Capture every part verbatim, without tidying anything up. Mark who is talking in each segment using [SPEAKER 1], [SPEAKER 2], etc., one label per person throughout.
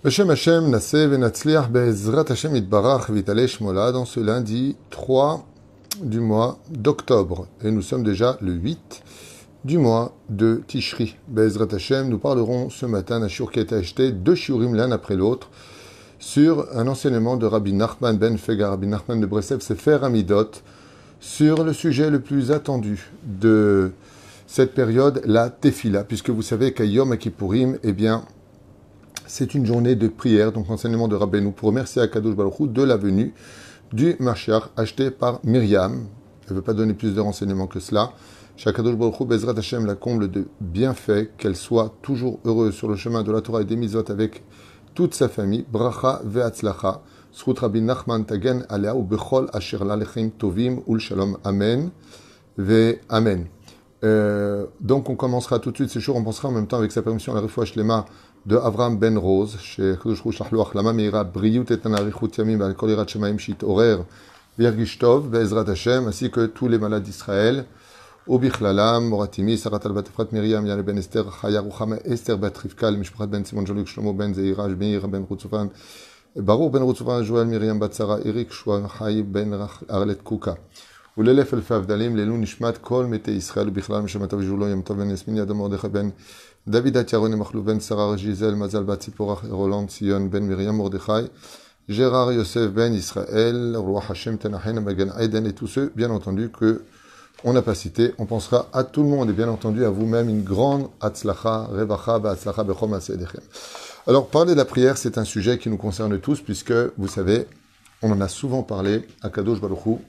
[SPEAKER 1] Beshem Hashem, Naseh Venatzliach Be'ezrat Hashem Itbarach Vitale Shmola, dans ce lundi trois du mois d'octobre. Et nous sommes déjà le huit du mois de Tishri. Be'ezrat Hashem, nous parlerons ce matin d'un shiur qui a été acheté, deux shiurim l'un après l'autre, sur un enseignement de Rabbi Nachman ben Fega, Rabbi Nachman de Breslev, Sefer Amidot, sur le sujet le plus attendu de cette période, la Tefila, puisque vous savez qu'à Yom Kippourim, eh bien, c'est une journée de prière, donc enseignement de Rabbeinu pour remercier Akadosh Baruch Hu de la venue du Mashiach acheté par Myriam. Elle ne veut pas donner plus de renseignements que cela. Qu'Akadosh Baruch Hu, Bezrat Hashem, la comble de bienfaits, qu'elle soit toujours heureuse sur le chemin de la Torah et des Mitzvot avec toute sa famille. Bracha ve'atzlacha. Zchut Rabbi Nachman tagen alea u bechol asher la lechem tovim ul shalom. Amen. Ve Amen. Euh, donc on commencera tout de suite ces jours, on pensera en même temps avec sa permission à la refoua shlema de Avraham ben Rose, chez Kadosh Hu Shachlu Achlama Meira Briut et Anarichut Yamim Al Kol Yirat Shemaim Shit Orer Virgish Tov Be'ezrat Hashem, ainsi que tous les malades d'Israël, Ubichlalam Moratimi Sarat Al Batefrat Miriam Yale ben Esther Chaya Ruchama Esther Bat Rivka Mishpachat ben Simon Jean-Luc Shlomo ben Zeira Meir ben Rutzufan Baruch ben Rutzufan Joël Miriam Bat Sarah Eric Shua Chay ben Arlet Kuka ולאלף אלפי הבדלים לעילוי נשמת כל מתי ישראל ובכלל משמעת וג'ולו יום טוב בן יסמין יד מרדכי בן דוד אתירון מחלוף בן שרה ז'יזל מזל בת ציפורה רולנד ציון בן מרים מרדכי ג'רר יוסף ben Israël רוח השם תנחנה בגן עדן et tous ceux bien entendu que on n'a pas cité. On pensera à tout le monde et bien entendu à vous-même une grande atzlacha revacha v'atzlacha bechom asedechem. Alors parler de la prière, c'est un sujet qui nous concerne tous puisque vous savez on en a souvent parlé. Akadosh Baruch Hu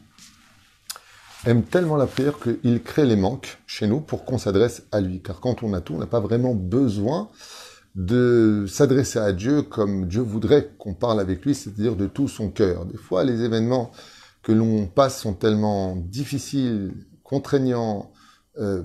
[SPEAKER 1] aime tellement la prière qu'il crée les manques chez nous pour qu'on s'adresse à lui. Car quand on a tout, on n'a pas vraiment besoin de s'adresser à Dieu comme Dieu voudrait qu'on parle avec lui, c'est-à-dire de tout son cœur. Des fois, les événements que l'on passe sont tellement difficiles, contraignants, euh,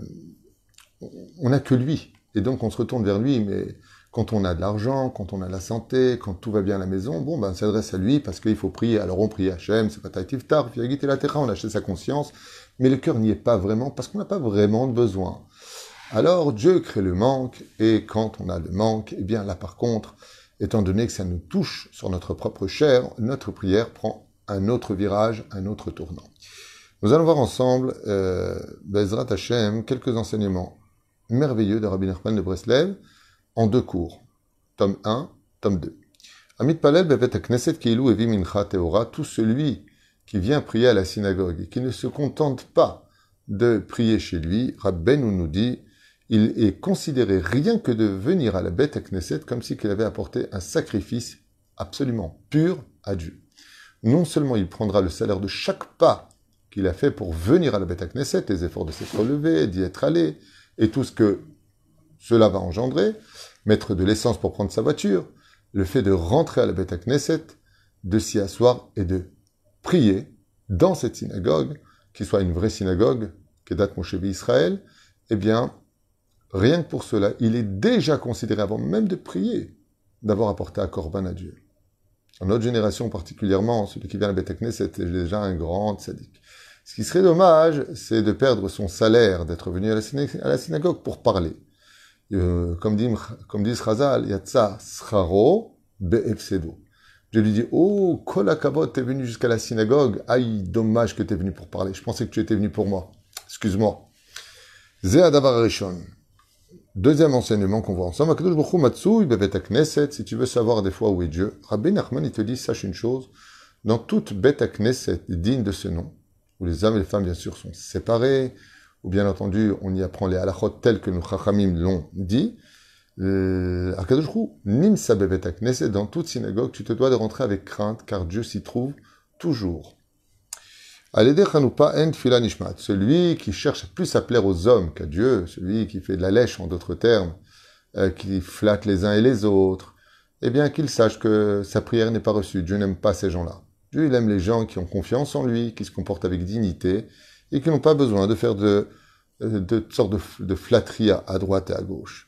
[SPEAKER 1] on n'a que lui. Et donc, on se retourne vers lui, mais quand on a de l'argent, quand on a la santé, quand tout va bien à la maison, bon, ben, on s'adresse à lui parce qu'il faut prier. Alors, on prie Hachem, c'est pas Taïtif Tar, Fiagit et la Terra, on a acheté sa conscience, mais le cœur n'y est pas vraiment parce qu'on n'a pas vraiment de besoin. Alors, Dieu crée le manque, et quand on a le manque, eh bien, là, par contre, étant donné que ça nous touche sur notre propre chair, notre prière prend un autre virage, un autre tournant. Nous allons voir ensemble, euh, Bezrat Hashem, quelques enseignements merveilleux de Rabbi Nachman de Breslev, en deux cours, tome un, tome deux. Amit Palel bevet knesset keilu evi mincha teora, tout celui qui vient prier à la synagogue et qui ne se contente pas de prier chez lui, Rabbeinu nous dit, il est considéré rien que de venir à la Bet Knesset comme si qu'il avait apporté un sacrifice absolument pur à Dieu. Non seulement il prendra le salaire de chaque pas qu'il a fait pour venir à la Bet Knesset, les efforts de s'être levé, d'y être allé, et tout ce que cela va engendrer, mettre de l'essence pour prendre sa voiture, le fait de rentrer à la Bet Knesset, de s'y asseoir et de prier dans cette synagogue, qui soit une vraie synagogue, Kedat Moshe Israël, eh bien, rien que pour cela, il est déjà considéré, avant même de prier, d'avoir apporté un korban à Dieu. En notre génération particulièrement, celui qui vient à la Bet Knesset est déjà un grand tzaddik. Ce qui serait dommage, c'est de perdre son salaire, d'être venu à la, synagogue, à la synagogue pour parler. Euh, comme dit, comme dit Chazal, Yatsa Scharo Be'efsedo. Je lui dis, oh, Kol HaKavod, t'es venu jusqu'à la synagogue. Aïe, dommage que t'es venu pour parler. Je pensais que tu étais venu pour moi. Excuse-moi. Ze Adavar Rishon. Deuxième enseignement qu'on voit ensemble. Akadosh Baruch Hu Matsui Bevet Knesset. Si tu veux savoir des fois où est Dieu, Rabbi Nachman, il te dit, sache une chose. Dans toute Bet Knesset digne de ce nom, où les hommes et les femmes, bien sûr, sont séparés, ou bien entendu, on y apprend les halachot tels que nos chachamim l'ont dit. Euh, Akadosh Hu, nimsa bevet knesset, dans toute synagogue, tu te dois de rentrer avec crainte, car Dieu s'y trouve toujours. Aledeh chanupa en tfila nishmat, celui qui cherche plus à plaire aux hommes qu'à Dieu, celui qui fait de la lèche, en d'autres termes, euh, qui flatte les uns et les autres, eh bien qu'il sache que sa prière n'est pas reçue. Dieu n'aime pas ces gens-là. Dieu, il aime les gens qui ont confiance en lui, qui se comportent avec dignité, et qui n'ont pas besoin de faire de, de, de sortes de, de flatteries à, à droite et à gauche.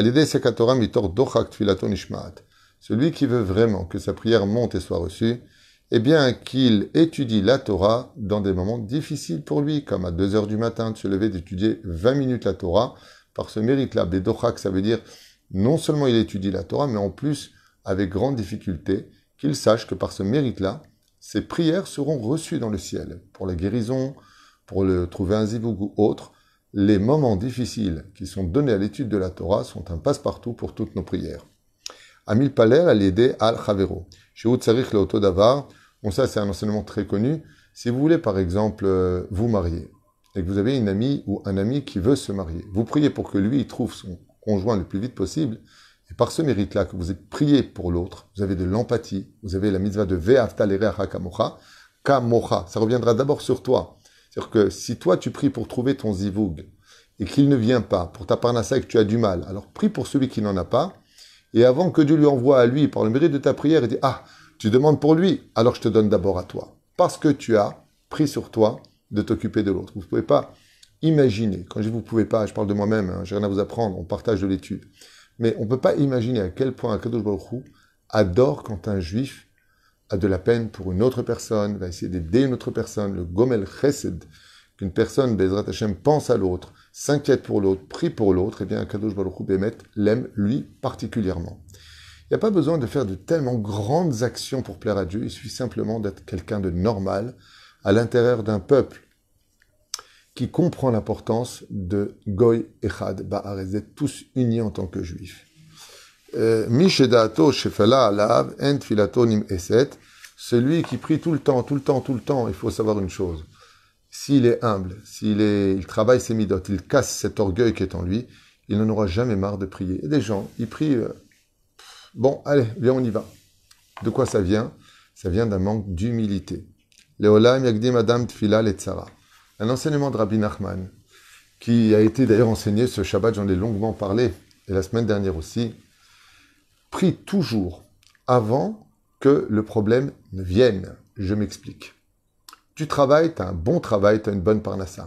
[SPEAKER 1] Celui qui veut vraiment que sa prière monte et soit reçue, eh bien qu'il étudie la Torah dans des moments difficiles pour lui, comme à deux heures du matin, de se lever, d'étudier vingt minutes la Torah, par ce mérite-là. Bedochak, ça veut dire, non seulement il étudie la Torah, mais en plus, avec grande difficulté, qu'il sache que par ce mérite-là, ses prières seront reçues dans le ciel, pour la guérison, pour le trouver un zivoug ou autre. Les moments difficiles qui sont donnés à l'étude de la Torah sont un passe-partout pour toutes nos prières. Amil Paler al yedé al chavero. Chez Utsarich le Otodavar, bon ça c'est un enseignement très connu. Si vous voulez par exemple euh, vous marier, et que vous avez une amie ou un ami qui veut se marier, vous priez pour que lui il trouve son conjoint le plus vite possible, et par ce mérite-là, que vous êtes prié pour l'autre, vous avez de l'empathie, vous avez la mitzvah de Ve'afta l'ereacha kamocha, kamocha, ça reviendra d'abord sur toi. C'est-à-dire que si toi tu pries pour trouver ton zivoug, et qu'il ne vient pas, pour ta parnassa et que tu as du mal, alors prie pour celui qui n'en a pas, et avant que Dieu lui envoie à lui, par le mérite de ta prière, il dit « Ah, tu demandes pour lui, alors je te donne d'abord à toi. » Parce que tu as pris sur toi de t'occuper de l'autre. Vous ne pouvez pas imaginer, quand je dis vous ne pouvez pas, je parle de moi-même, hein, j'ai rien à vous apprendre, on partage de l'étude. Mais on ne peut pas imaginer à quel point Akadosh Baruch Hu adore quand un juif a de la peine pour une autre personne, va essayer d'aider une autre personne, le Gomel Chesed, qu'une personne, Bezrat Hashem, pense à l'autre, s'inquiète pour l'autre, prie pour l'autre, et bien Akadosh Baruch Hu Bémet l'aime lui particulièrement. Il n'y a pas besoin de faire de tellement grandes actions pour plaire à Dieu, il suffit simplement d'être quelqu'un de normal à l'intérieur d'un peuple qui comprend l'importance de Goy Echad Ba'arez, d'être tous unis en tant que juifs. Mishedato Shefala Alav En Tfilato Nim Eset, celui qui prie tout le temps, tout le temps, tout le temps, il faut savoir une chose. S'il est humble, s'il est, il travaille ses midotes, il casse cet orgueil qui est en lui, il n'en aura jamais marre de prier. Et des gens, ils prient, euh, bon, allez, viens, on y va. De quoi ça vient? Ça vient d'un manque d'humilité. Leolam Yagdim Adam Tfila Letzara. Un enseignement de Rabbi Nachman, qui a été d'ailleurs enseigné ce Shabbat, j'en ai longuement parlé, et la semaine dernière aussi. Prie toujours avant que le problème ne vienne. Je m'explique. Tu travailles, tu as un bon travail, tu as une bonne parnassa.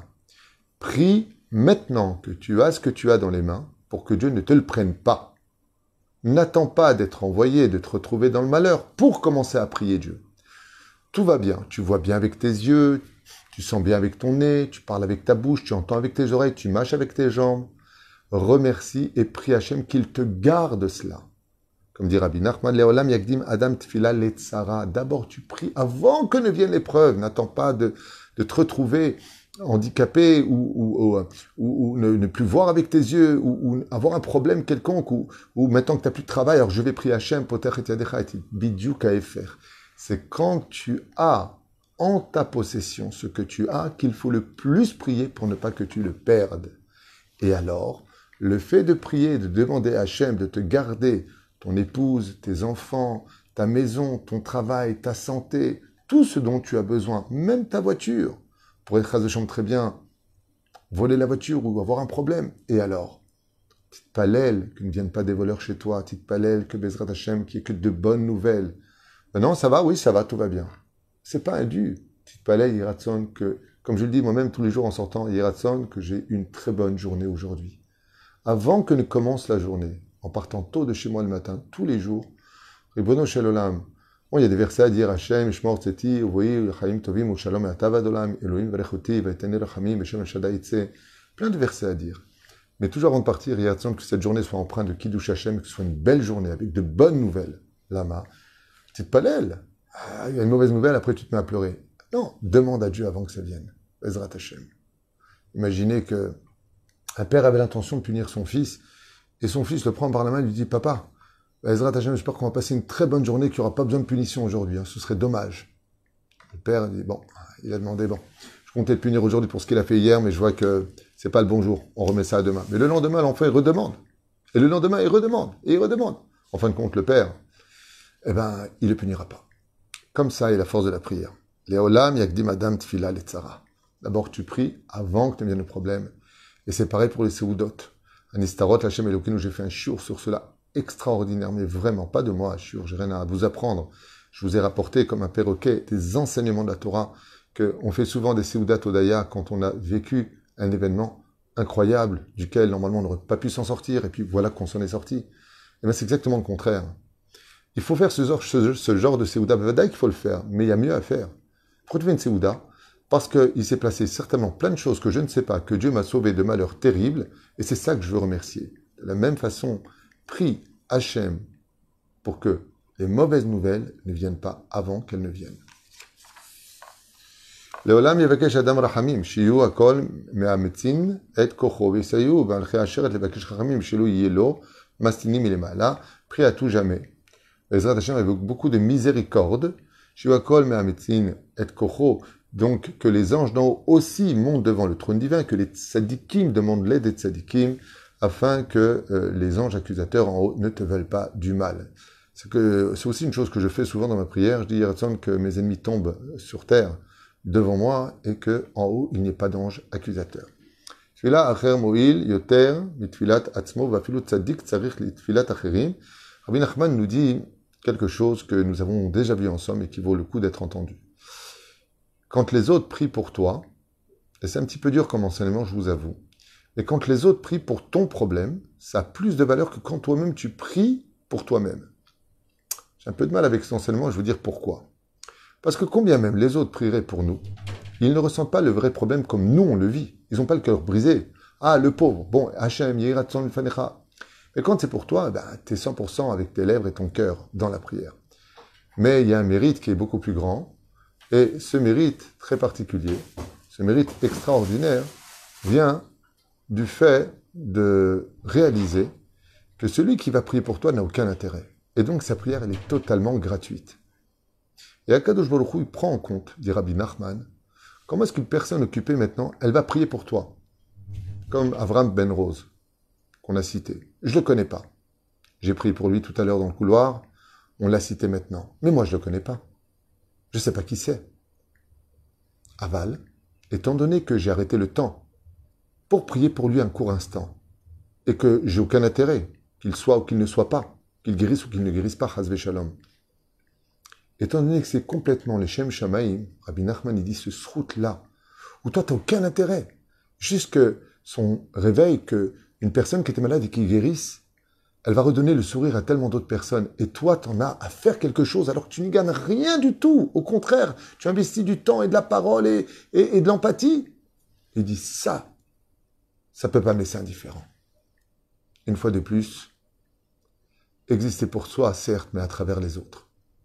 [SPEAKER 1] Prie maintenant que tu as ce que tu as dans les mains pour que Dieu ne te le prenne pas. N'attends pas d'être envoyé, de te retrouver dans le malheur pour commencer à prier Dieu. Tout va bien, tu vois bien avec tes yeux, tu sens bien avec ton nez, tu parles avec ta bouche, tu entends avec tes oreilles, tu mâches avec tes jambes. Remercie et prie Hachem qu'il te garde cela. Comme dit Rabbi Nachman, Leolam Yagdim Adam Tfila Letzara. D'abord, tu pries avant que ne vienne l'épreuve. N'attends pas de, de te retrouver handicapé ou, ou, ou, ou, ou ne, ne plus voir avec tes yeux ou, ou avoir un problème quelconque ou, ou maintenant que tu n'as plus de travail, alors je vais prier Hachem, Poter et Yadecha et Bidiouk à faire. C'est quand tu as en ta possession ce que tu as qu'il faut le plus prier pour ne pas que tu le perdes. Et alors, le fait de prier, de demander à Hachem de te garder ton épouse, tes enfants, ta maison, ton travail, ta santé, tout ce dont tu as besoin, même ta voiture, pour être de chambre très bien, voler la voiture ou avoir un problème. Et alors, petite palelle, que ne viennent pas des voleurs chez toi, petite palelle, que Bezrat Hachem, qu'il n'y ait que de bonnes nouvelles. Maintenant, ça va? Oui, ça va, tout va bien. C'est pas un dû. Petite palelle, Yiratson, que, comme je le dis moi-même tous les jours en sortant, Yiratson, que j'ai une très bonne journée aujourd'hui. Avant que ne commence la journée, en partant tôt de chez moi le matin, tous les jours, Ribono Shel Olam. Bon, il y a des versets à dire, Hashem, Shmor Tzeti, Uvoyi, Chaim Tovim, ou Shalom Atavad Olam, Elohim Verechuti, Vaetene Rachamim, Beshem El Shaddai Tzeh. Plein de versets à dire. Mais toujours avant de partir, il y a que cette journée soit empreinte de Kiddush Hashem, que ce soit une belle journée, avec de bonnes nouvelles. Lama, petite palelle. Ah, il y a une mauvaise nouvelle, après tu te mets à pleurer. Non, demande à Dieu avant que ça vienne. Bezrat Hashem. Imaginez que un père avait l'intention de punir son fils, et son fils le prend par la main et lui dit « Papa, Ezrat Hashem, j'espère qu'on va passer une très bonne journée, qu'il n'y aura pas besoin de punition aujourd'hui, hein, ce serait dommage. » Le père dit « Bon, il a demandé, bon, je comptais le punir aujourd'hui pour ce qu'il a fait hier, mais je vois que c'est pas le bon jour, on remet ça à demain. » Mais le lendemain, l'enfant, il redemande. Et le lendemain, il redemande, et il redemande. En fin de compte, le père, eh ben, il ne le punira pas. Comme ça est la force de la prière. Leolam Yagdim Adam Tfila Letzara. D'abord, tu pries avant que ne vienne le problème. Et c'est pareil pour les Seudot. Anistarot, Hachem Elokeinu, j'ai fait un shiur sur cela extraordinaire, mais vraiment pas de moi, un shiur, j'ai rien à vous apprendre. Je vous ai rapporté comme un perroquet des enseignements de la Torah, qu'on fait souvent des Seudat Odaya quand on a vécu un événement incroyable, duquel normalement on n'aurait pas pu s'en sortir, et puis voilà qu'on s'en est sorti. Et bien c'est exactement le contraire. Il faut faire ce genre, ce, ce genre de Seuda, Bevadaï qu'il faut le faire, mais il y a mieux à faire. Pourquoi tu fais une Seuda? Parce qu'il s'est placé certainement plein de choses que je ne sais pas, que Dieu m'a sauvé de malheurs terribles, et c'est ça que je veux remercier. De la même façon, prie Hachem pour que les mauvaises nouvelles ne viennent pas avant qu'elles ne viennent. לעולם יבקש אדם רחמים, שיהיו הכל מאמצין את כוחו ויסייעו, והלכי השרת לבקש חכמים, שלא יהיה לו מסטינים מלמעלה, pris à tout jamais. Ezrat Hashem avec beaucoup de miséricorde, שיהיו הכל מאמצין את כוחו, donc que les anges d'en haut aussi montent devant le trône divin, que les tzadikim demandent l'aide des tzadikim, afin que euh, les anges accusateurs en haut ne te veulent pas du mal. C'est, que, c'est aussi une chose que je fais souvent dans ma prière, je dis Yeratzon que mes ennemis tombent sur terre, devant moi, et que en haut, il n'y ait pas d'ange accusateur. Tfila acher mo'il yoter mitfilat atzmo vafilu tzadik tzarich litfilat acherim. Rabbi Nachman nous dit quelque chose que nous avons déjà vu ensemble et qui vaut le coup d'être entendu. Quand les autres prient pour toi, et c'est un petit peu dur comme enseignement, je vous avoue, mais quand les autres prient pour ton problème, ça a plus de valeur que quand toi-même tu pries pour toi-même. J'ai un peu de mal avec cet enseignement, je veux dire pourquoi. Parce que combien même les autres prieraient pour nous, ils ne ressentent pas le vrai problème comme nous on le vit. Ils n'ont pas le cœur brisé. Ah, le pauvre, bon, Hachem, Yiratzon, Fanecha. Mais quand c'est pour toi, ben, tu es cent pour cent avec tes lèvres et ton cœur dans la prière. Mais il y a un mérite qui est beaucoup plus grand. Et ce mérite très particulier, ce mérite extraordinaire, vient du fait de réaliser que celui qui va prier pour toi n'a aucun intérêt. Et donc sa prière, elle est totalement gratuite. Et Akadosh Baruch Hu, il prend en compte, dit Rabbi Nachman, comment est-ce qu'une personne occupée maintenant, elle va prier pour toi? Comme Avram Ben Rose, qu'on a cité. Je ne le connais pas. J'ai prié pour lui tout à l'heure dans le couloir, on l'a cité maintenant. Mais moi, je ne le connais pas. Je ne sais pas qui c'est. Aval, étant donné que j'ai arrêté le temps pour prier pour lui un court instant, et que j'ai aucun intérêt, qu'il soit ou qu'il ne soit pas, qu'il guérisse ou qu'il ne guérisse pas, Chazvé Shalom. Étant donné que c'est complètement les Shem Shamaïm, Rabbi Nachman, il dit ce srout-là, où toi, tu n'as aucun intérêt. Juste que son réveil, qu'une personne qui était malade et qui guérisse, elle va redonner le sourire à tellement d'autres personnes. Et toi, tu en as à faire quelque chose alors que tu n'y gagnes rien du tout. Au contraire, tu investis du temps et de la parole et, et, et de l'empathie. Il dit ça, ça ne peut pas me laisser indifférent. Une fois de plus, exister pour soi, certes, mais à travers les autres.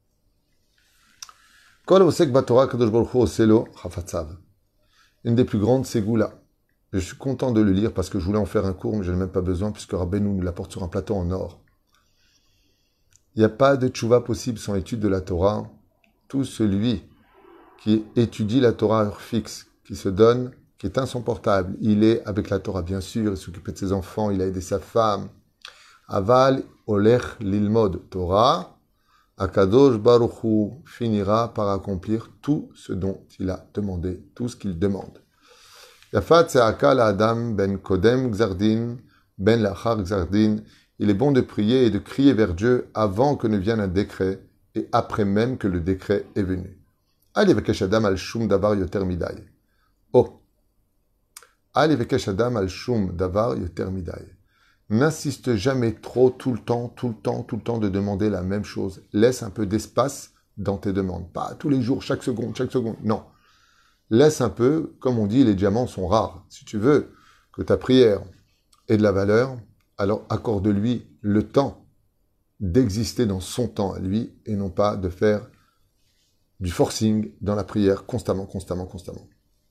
[SPEAKER 1] Une des plus grandes ségoula. Je suis content de le lire parce que je voulais en faire un cours, mais je n'en ai même pas besoin puisque Rabbeinu nous l'apporte sur un plateau en or. Il n'y a pas de tchouva possible sans étude de la Torah. Tout celui qui étudie la Torah à heure fixe, qui se donne, qui est insupportable, il est avec la Torah bien sûr, il s'occupait de ses enfants, il a aidé sa femme. Aval olech lilmod Torah. Akadosh Baruch Hu finira par accomplir tout ce dont il a demandé, tout ce qu'il demande. Yafat Se'aka Adam ben Kodem Gzardin, ben Lachar Gzardin. Il est bon de prier et de crier vers Dieu avant que ne vienne un décret et après même que le décret est venu. Ali vekesh Adam al shum davar yoter midai. Oh. Ali vekesh Adam al shum davar yoter midai. N'insiste jamais trop, tout le temps, tout le temps, tout le temps de demander la même chose. Laisse un peu d'espace dans tes demandes. Pas tous les jours, chaque seconde, chaque seconde. Non. Laisse un peu, comme on dit, les diamants sont rares. Si tu veux que ta prière ait de la valeur, alors accorde-lui le temps d'exister dans son temps à lui et non pas de faire du forcing dans la prière constamment, constamment, constamment.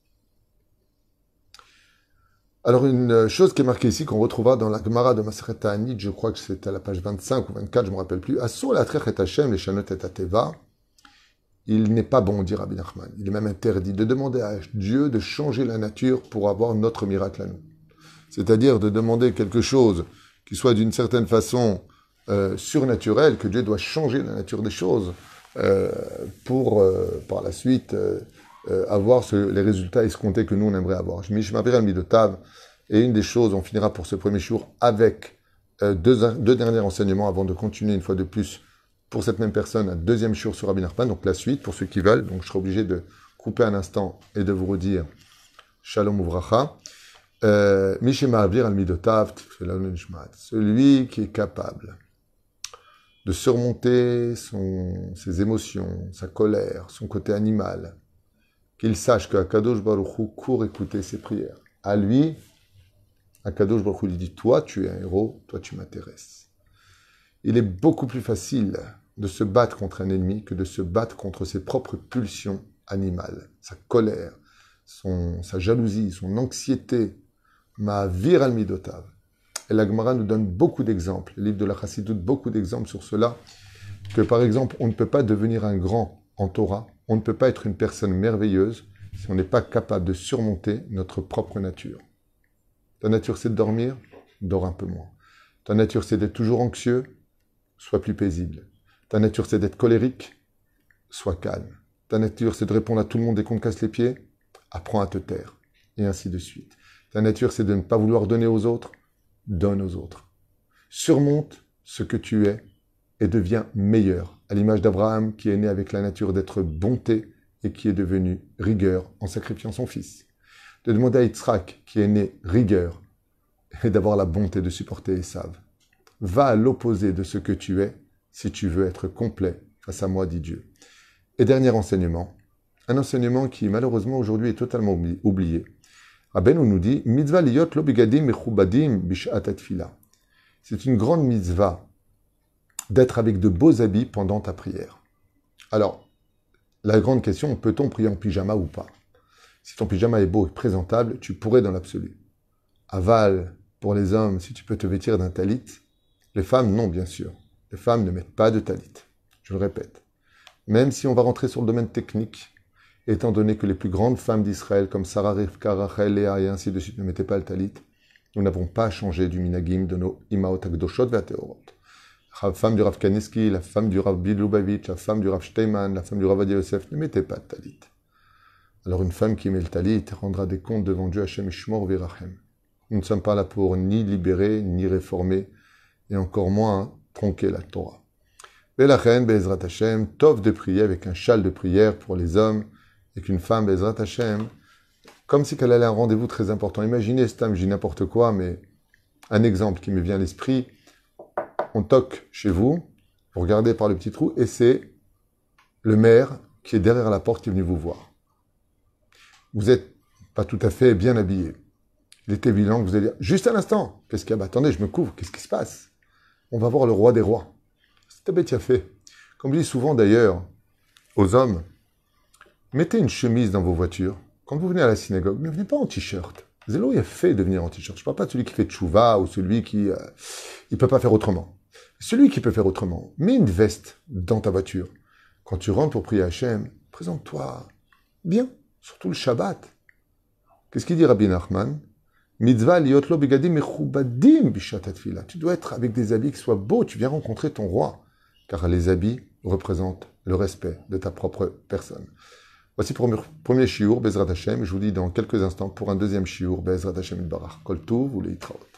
[SPEAKER 1] Alors, une chose qui est marquée ici, qu'on retrouvera dans la Gemara de Masechet Ta'anit, je crois que c'est à la page vingt-cinq ou vingt-quatre, je ne me rappelle plus. Asur latrech et Hashem, les shanot et ateva. Il n'est pas bon, dit Rabbi Nachman. Il est même interdit de demander à Dieu de changer la nature pour avoir notre miracle à nous. C'est-à-dire de demander quelque chose qui soit d'une certaine façon euh, surnaturel, que Dieu doit changer la nature des choses euh, pour, euh, par la suite, euh, euh, avoir ce, les résultats escomptés que nous, on aimerait avoir. Je m'appelle al Midotav, et une des choses, on finira pour ce premier jour avec euh, deux, deux derniers enseignements avant de continuer une fois de plus pour cette même personne, un deuxième jour sur Rabbi Nachman, donc la suite, pour ceux qui veulent. Donc je serai obligé de couper un instant et de vous redire Shalom Uvracha. Mishima Avir al Midotav, celui qui est capable de surmonter son, ses émotions, sa colère, son côté animal, qu'il sache que Akadosh Baruch Hu court écouter ses prières. À lui, Akadosh Baruch Hu lui dit, toi tu es un héros, toi tu m'intéresses. Il est beaucoup plus facile de se battre contre un ennemi que de se battre contre ses propres pulsions animales, sa colère, son, sa jalousie, son anxiété. Ma'avir al midotav. Et la Gemara nous donne beaucoup d'exemples, le livre de la Chassidoute, beaucoup d'exemples sur cela, que par exemple, on ne peut pas devenir un grand en Torah, on ne peut pas être une personne merveilleuse si on n'est pas capable de surmonter notre propre nature. Ta nature, c'est de dormir, dors un peu moins. Ta nature, c'est d'être toujours anxieux, sois plus paisible. Ta nature, c'est d'être colérique, sois calme. Ta nature, c'est de répondre à tout le monde dès qu'on te casse les pieds, apprends à te taire, et ainsi de suite. Ta nature, c'est de ne pas vouloir donner aux autres, donne aux autres. Surmonte ce que tu es et deviens meilleur, à l'image d'Abraham qui est né avec la nature d'être bonté et qui est devenu rigueur en sacrifiant son fils. De demander à Yitzhak qui est né rigueur et d'avoir la bonté de supporter Esav. Va à l'opposé de ce que tu es si tu veux être complet face à moi, dit Dieu. Et dernier enseignement, un enseignement qui malheureusement aujourd'hui est totalement oublié. Rabbeinu nous dit, mitzvah liyot lo bigadim mechubadim bishat atfila. C'est une grande mitzvah d'être avec de beaux habits pendant ta prière. Alors, la grande question, peut-on prier en pyjama ou pas? Si ton pyjama est beau et présentable, tu pourrais dans l'absolu. Aval, pour les hommes, si tu peux te vêtir d'un talit. Les femmes, non, bien sûr. Les femmes ne mettent pas de talit. Je le répète. Même si on va rentrer sur le domaine technique, étant donné que les plus grandes femmes d'Israël, comme Sarah, Rivka, Rachel, Léa et ainsi de suite, ne mettaient pas le talit, nous n'avons pas changé du minagim de nos imaot akdoshot ve'ateorot. La femme du Rav Kanievski, la femme du Rav Bilubavitch, la femme du Rav Steinman, la femme du Rav Ovadia Yosef ne mettaient pas de talit. Alors une femme qui met le talit rendra des comptes devant Dieu, Hashem Ishmor Virachem. Nous ne sommes pas là pour ni libérer, ni réformer, et encore moins tronquer la Torah. Belachen, Be'ezrat Hashem, tov de prier avec un châle de prière pour les hommes, et qu'une femme, Be'ezrat Hashem, comme si qu'elle allait à un rendez-vous très important. Imaginez, Stam, je dis n'importe quoi, mais un exemple qui me vient à l'esprit, on toque chez vous, vous regardez par le petit trou, et c'est le maire qui est derrière la porte qui est venu vous voir. Vous n'êtes pas tout à fait bien habillé. Il est évident que vous allez dire, juste un instant, qu'est-ce qu'il y a? Bah, attendez, je me couvre, qu'est-ce qui se passe? On va voir le roi des rois. C'est bête, il a fait. Comme je dis souvent d'ailleurs aux hommes, mettez une chemise dans vos voitures. Quand vous venez à la synagogue, ne venez pas en t-shirt. Zélo, il a fait de venir en t-shirt. Je ne parle pas de celui qui fait tchouva ou celui qui ne euh, peut pas faire autrement. Celui qui peut faire autrement, mets une veste dans ta voiture. Quand tu rentres pour prier à Hachem, présente-toi bien, surtout le Shabbat. Qu'est-ce qu'il dit Rabbi Nachman? Mitzvah liotlo begadim mechubadim bishat atfila. Tu dois être avec des habits qui soient beaux. Tu viens rencontrer ton roi, car les habits représentent le respect de ta propre personne. Voici pour le premier shiur, Bezrat Hashem. Je vous dis dans quelques instants pour un deuxième shiur, Bezrat Hashem Barach. Kol Tov ou Leitraot.